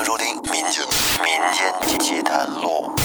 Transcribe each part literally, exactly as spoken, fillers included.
迎收听民间民间奇谈录。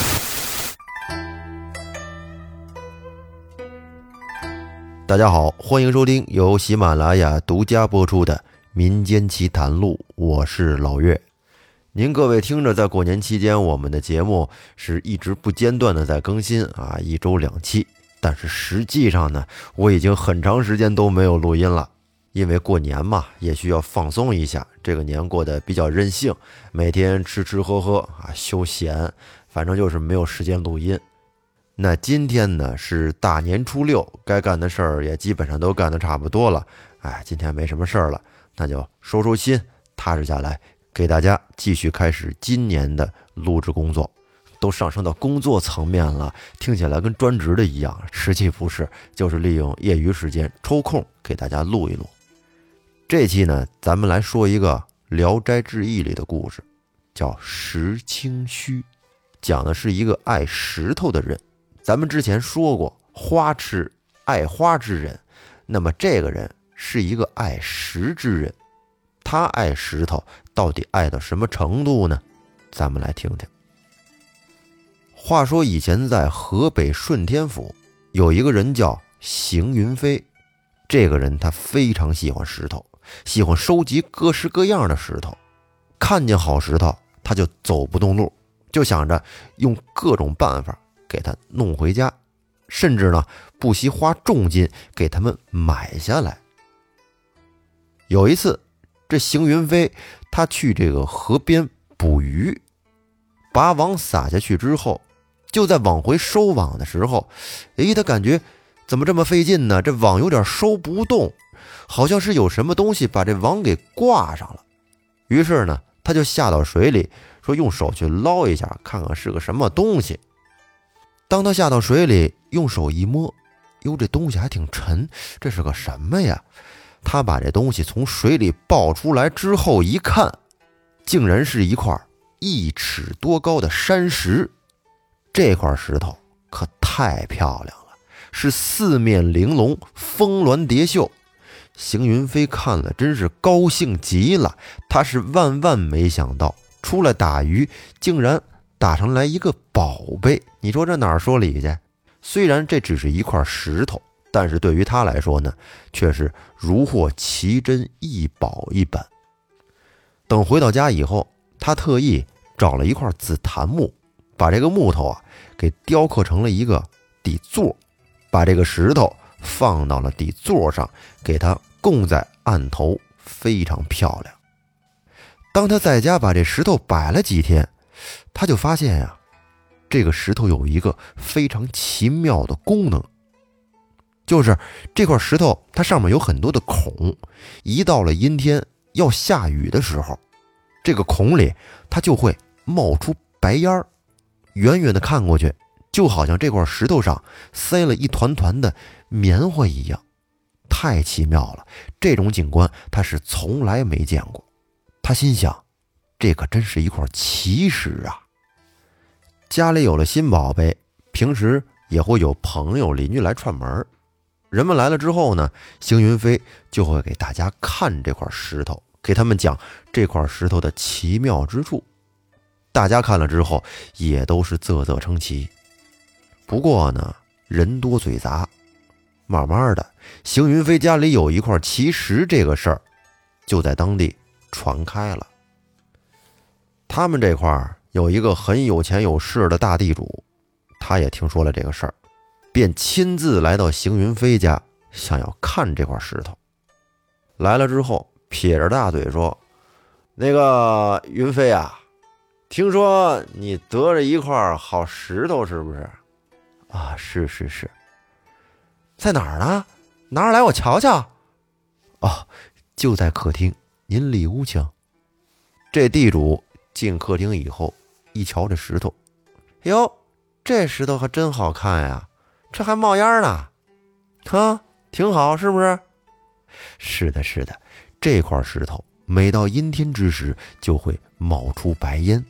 大家好，欢迎收听由喜马拉雅独家播出的民间奇谈录，我是老岳。您各位听着，在过年期间，我们的节目是一直不间断的在更新啊，一周两期。但是实际上呢，我已经很长时间都没有录音了，因为过年嘛，也需要放松一下。这个年过得比较任性，每天吃吃喝喝啊，休闲，反正就是没有时间录音。那今天呢是大年初六，该干的事儿也基本上都干得差不多了。哎，今天没什么事儿了，那就收收心，踏实下来，给大家继续开始今年的录制工作。都上升到工作层面了，听起来跟专职的一样，实际不是，就是利用业余时间抽空给大家录一录。这期呢，咱们来说一个《聊斋志异》里的故事，叫石清虚，讲的是一个爱石头的人。咱们之前说过，花痴爱花之人，那么这个人是一个爱石之人。他爱石头到底爱到什么程度呢？咱们来听听。话说以前在河北顺天府有一个人叫邢云飞，这个人他非常喜欢石头，喜欢收集各式各样的石头，看见好石头他就走不动路，就想着用各种办法给他弄回家，甚至呢不惜花重金给他们买下来。有一次，这邢云飞他去这个河边捕鱼，把网撒下去之后，就在往回收网的时候，诶，他感觉怎么这么费劲呢？这网有点收不动，好像是有什么东西把这网给挂上了。于是呢，他就下到水里，说用手去捞一下，看看是个什么东西。当他下到水里，用手一摸，哟，这东西还挺沉，这是个什么呀？他把这东西从水里抱出来之后一看，竟然是一块一尺多高的山石。这块石头可太漂亮了，是四面玲珑，峰峦叠秀。邢云飞看了真是高兴极了，他是万万没想到，出来打鱼竟然打上来一个宝贝。你说这哪儿说理去？虽然这只是一块石头，但是对于他来说呢，却是如获奇珍异宝一般。等回到家以后，他特意找了一块紫檀木，把这个木头啊给雕刻成了一个底座，把这个石头放到了底座上，给它供在案头，非常漂亮。当他在家把这石头摆了几天，他就发现呀、啊，这个石头有一个非常奇妙的功能，就是这块石头它上面有很多的孔，一到了阴天要下雨的时候，这个孔里它就会冒出白烟儿，远远的看过去，就好像这块石头上塞了一团团的棉花一样，太奇妙了。这种景观他是从来没见过。他心想，这可真是一块奇石啊。家里有了新宝贝，平时也会有朋友邻居来串门，人们来了之后呢，邢云飞就会给大家看这块石头，给他们讲这块石头的奇妙之处。大家看了之后也都是啧啧称奇。不过呢，人多嘴杂，慢慢的邢云飞家里有一块奇石这个事儿就在当地传开了。他们这块有一个很有钱有势的大地主，他也听说了这个事儿，便亲自来到邢云飞家，想要看这块石头。来了之后撇着大嘴说，那个云飞啊，听说你得了一块好石头是不是？啊，是是是。在哪儿呢？拿出来我瞧瞧。哦，就在客厅，您里屋请。这地主进客厅以后，一瞧这石头，哟，这石头还真好看呀，这还冒烟呢，哈，挺好，是不是？是的，是的，这块石头每到阴天之时就会冒出白烟。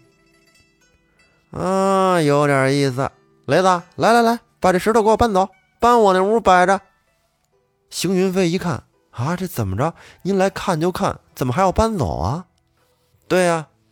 啊，有点意思。雷子，来来来，把这石头给我搬走，搬我那屋摆着。邢云飞一看，啊，这怎么着？您来看就看，怎么还要搬走啊？对呀、啊，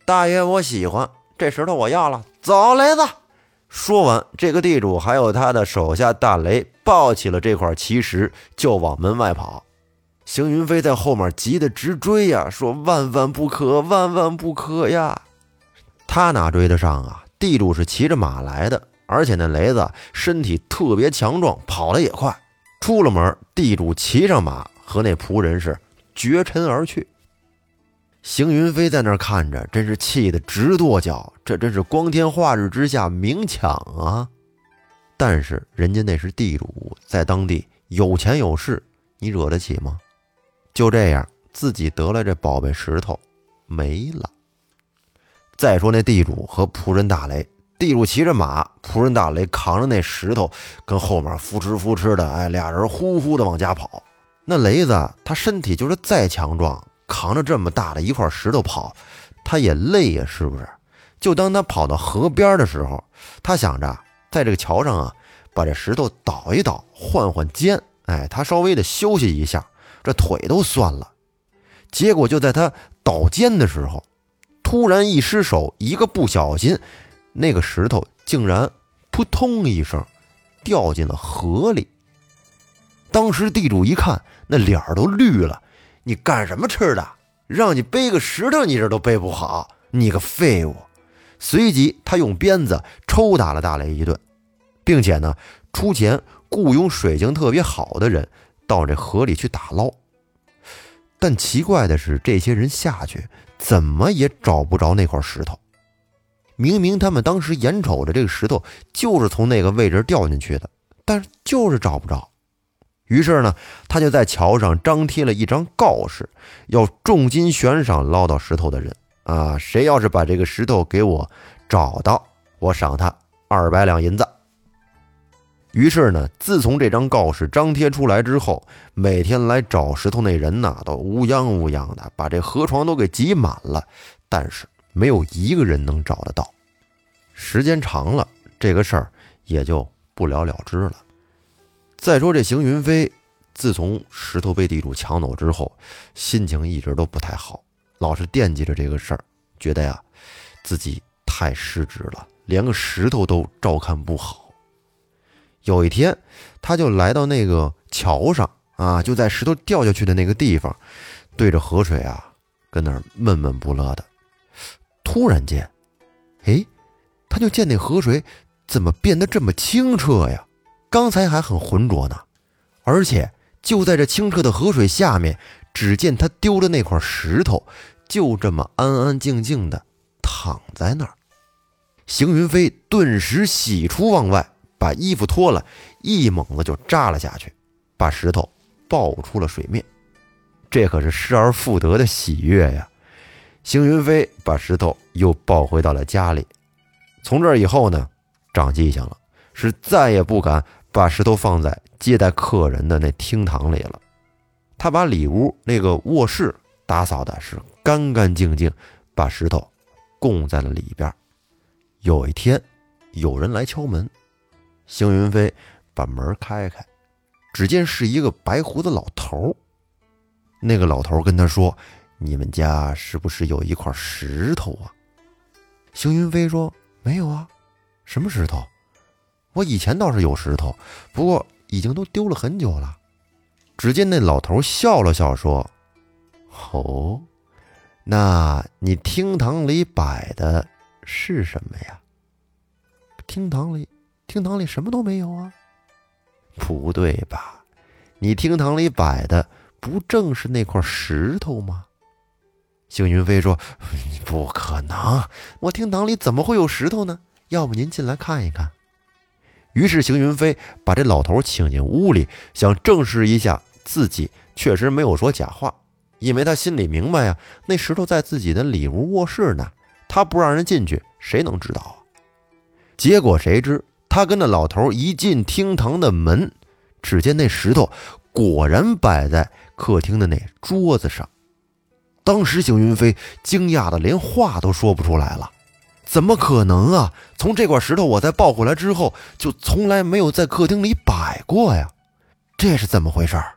大爷我喜欢，这石头我要了，走雷子。说完，这个地主还有他的手下大雷抱起了这块奇石就往门外跑。邢云飞在后面急得直追呀，说万万不可，万万不可呀。他哪追得上啊，地主是骑着马来的，而且那雷子身体特别强壮，跑得也快。出了门，地主骑上马和那仆人是绝尘而去。邢云飞在那儿看着，真是气得直跺脚，这真是光天化日之下明抢啊！但是人家那是地主，在当地有钱有势，你惹得起吗？就这样，自己得来这宝贝石头没了。再说那地主和仆人大雷，地主骑着马，仆人大雷扛着那石头，跟后面扶持扶持的，哎，俩人呼呼的往家跑。那雷子他身体就是再强壮，扛着这么大的一块石头跑，他也累呀，是不是？就当他跑到河边的时候，他想着在这个桥上啊，把这石头倒一倒，换换肩，哎，他稍微的休息一下，这腿都酸了。结果就在他倒肩的时候，突然一失手，一个不小心，那个石头竟然扑通一声掉进了河里。当时地主一看，那脸儿都绿了，你干什么吃的？让你背个石头你这都背不好，你个废物。随即他用鞭子抽打了大雷一顿，并且呢出钱雇佣水性特别好的人到这河里去打捞。但奇怪的是，这些人下去怎么也找不着那块石头。明明他们当时眼瞅着这个石头就是从那个位置掉进去的，但是就是找不着。于是呢，他就在桥上张贴了一张告示，要重金悬赏捞到石头的人啊，谁要是把这个石头给我找到，我赏他二百两银子。于是呢，自从这张告示张贴出来之后，每天来找石头那人呢，都乌泱乌泱的，把这河床都给挤满了，但是没有一个人能找得到。时间长了，这个事儿也就不了了之了。再说这邢云飞，自从石头被地主抢走之后，心情一直都不太好，老是惦记着这个事儿，觉得呀自己太失职了，连个石头都照看不好。有一天，他就来到那个桥上啊，就在石头掉下去的那个地方，对着河水啊，跟那儿闷闷不乐的。突然间，诶，他就见那河水怎么变得这么清澈呀？刚才还很浑浊呢，而且就在这清澈的河水下面，只见他丢的那块石头就这么安安静静的躺在那儿。邢云飞顿时喜出望外，把衣服脱了，一猛子就扎了下去，把石头抱出了水面。这可是失而复得的喜悦呀！邢云飞把石头又抱回到了家里。从这以后呢，长记性了，是再也不敢把石头放在接待客人的那厅堂里了。他把里屋那个卧室打扫的是干干净净，把石头供在了里边。有一天，有人来敲门，邢云飞把门开开，只见是一个白胡子老头。那个老头跟他说：“你们家是不是有一块石头啊？”邢云飞说：“没有啊，什么石头？我以前倒是有石头，不过已经都丢了很久了。”只见那老头笑了笑说：“哦，那你厅堂里摆的是什么呀？”厅堂里，厅堂里什么都没有啊。不对吧？你厅堂里摆的不正是那块石头吗？邢云飞说：“不可能，我厅堂里怎么会有石头呢？要不您进来看一看。”于是邢云飞把这老头请进屋里，想证实一下自己确实没有说假话，因为他心里明白呀，那石头在自己的里屋卧室呢，他不让人进去，谁能知道啊？结果谁知他跟那老头一进厅堂的门，只见那石头果然摆在客厅的那桌子上。当时邢云飞惊讶的连话都说不出来了，怎么可能啊？从这块石头我在抱回来之后，就从来没有在客厅里摆过呀，这是怎么回事？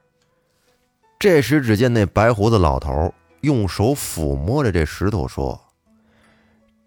这时只见那白胡子老头用手抚摸着这石头说：“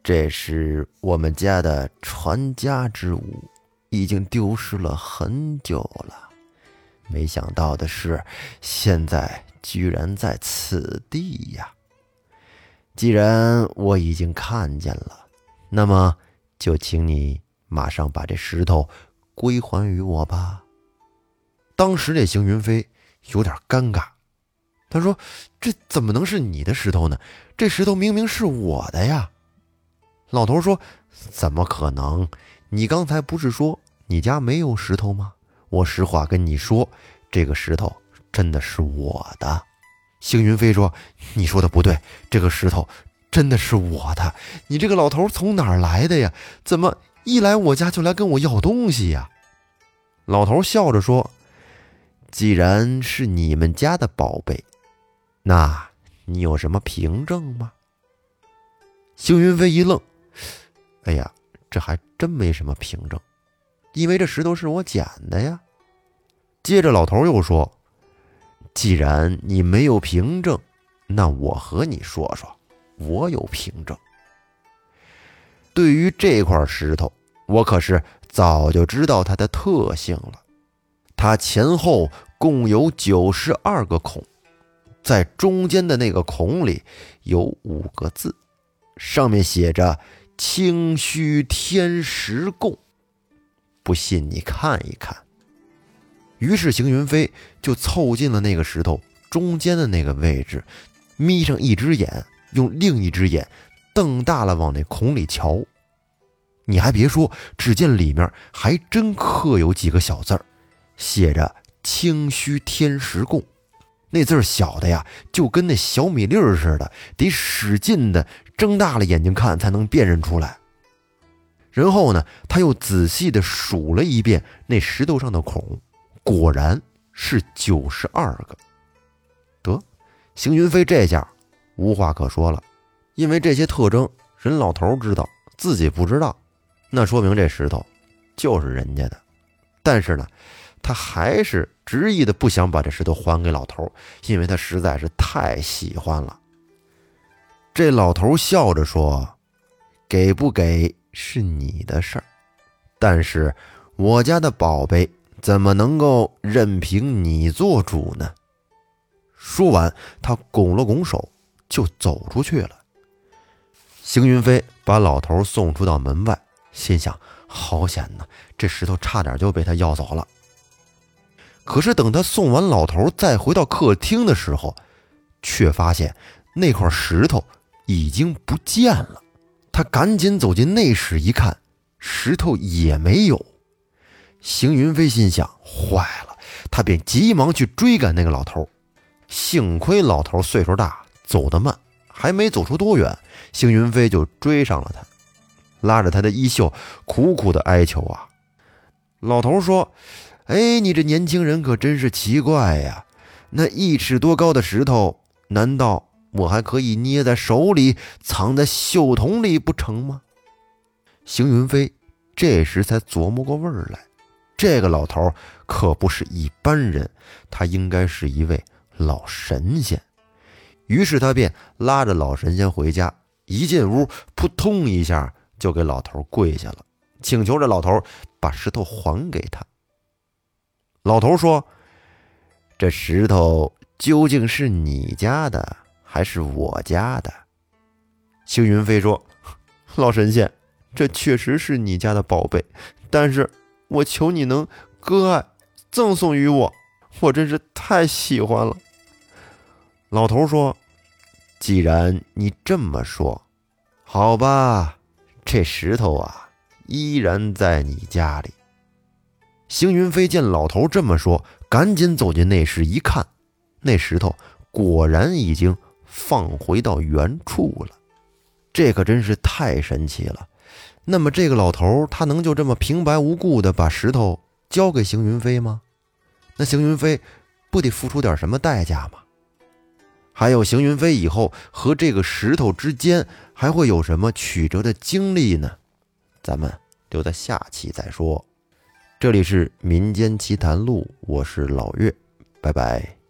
这是我们家的传家之物，已经丢失了很久了。没想到的是，现在居然在此地呀！既然我已经看见了，那么就请你马上把这石头归还于我吧。”当时这邢云飞有点尴尬，他说：“这怎么能是你的石头呢？这石头明明是我的呀！”老头说：“怎么可能？你刚才不是说你家没有石头吗？我实话跟你说，这个石头真的是我的。”邢云飞说：“你说的不对，这个石头真的是我的。你这个老头从哪儿来的呀？怎么一来我家就来跟我要东西呀？”老头笑着说：“既然是你们家的宝贝，那你有什么凭证吗？”邢云飞一愣，哎呀，这还真没什么凭证，因为这石头是我捡的呀。接着老头又说：“既然你没有凭证，那我和你说说，我有凭证。对于这块石头，我可是早就知道它的特性了。它前后共有九十二个孔，在中间的那个孔里有五个字，上面写着清虚天石供，不信你看一看。”于是邢云飞就凑近了那个石头中间的那个位置，眯上一只眼，用另一只眼瞪大了往那孔里瞧。你还别说，只见里面还真刻有几个小字儿，写着清虚天石供。那字儿小的呀，就跟那小米粒儿似的，得使劲的睁大了眼睛看才能辨认出来。然后呢，他又仔细的数了一遍那石头上的孔，果然是九十二个。得，邢云飞这下无话可说了，因为这些特征人老头知道，自己不知道，那说明这石头就是人家的。但是呢，他还是执意的不想把这石头还给老头，因为他实在是太喜欢了。这老头笑着说：“给不给是你的事儿，但是我家的宝贝怎么能够任凭你做主呢？”说完，他拱了拱手就走出去了。邢云飞把老头送出到门外，心想：好险呐，这石头差点就被他要走了。可是等他送完老头再回到客厅的时候，却发现那块石头已经不见了。他赶紧走进内室一看，石头也没有。邢云飞心想：坏了，他便急忙去追赶那个老头。幸亏老头岁数大，走得慢，还没走出多远，邢云飞就追上了他，拉着他的衣袖，苦苦的哀求啊。老头说：“哎，你这年轻人可真是奇怪呀！那一尺多高的石头，难道我还可以捏在手里，藏在袖筒里不成吗？”邢云飞这时才琢磨过味儿来，这个老头可不是一般人，他应该是一位老神仙。于是他便拉着老神仙回家，一进屋，扑通一下就给老头跪下了，请求这老头把石头还给他。老头说：“这石头究竟是你家的还是我家的？”邢云飞说：“老神仙，这确实是你家的宝贝，但是我求你能割爱赠送于我，我真是太喜欢了。”老头说：“既然你这么说，好吧，这石头啊依然在你家里。”邢云飞见老头这么说，赶紧走进内室一看，那石头果然已经放回到原处了。这可真是太神奇了。那么这个老头他能就这么平白无故的把石头交给邢云飞吗？那邢云飞不得付出点什么代价吗？还有邢云飞以后和这个石头之间还会有什么曲折的经历呢？咱们留在下期再说。这里是民间奇谈录，我是老岳，拜拜。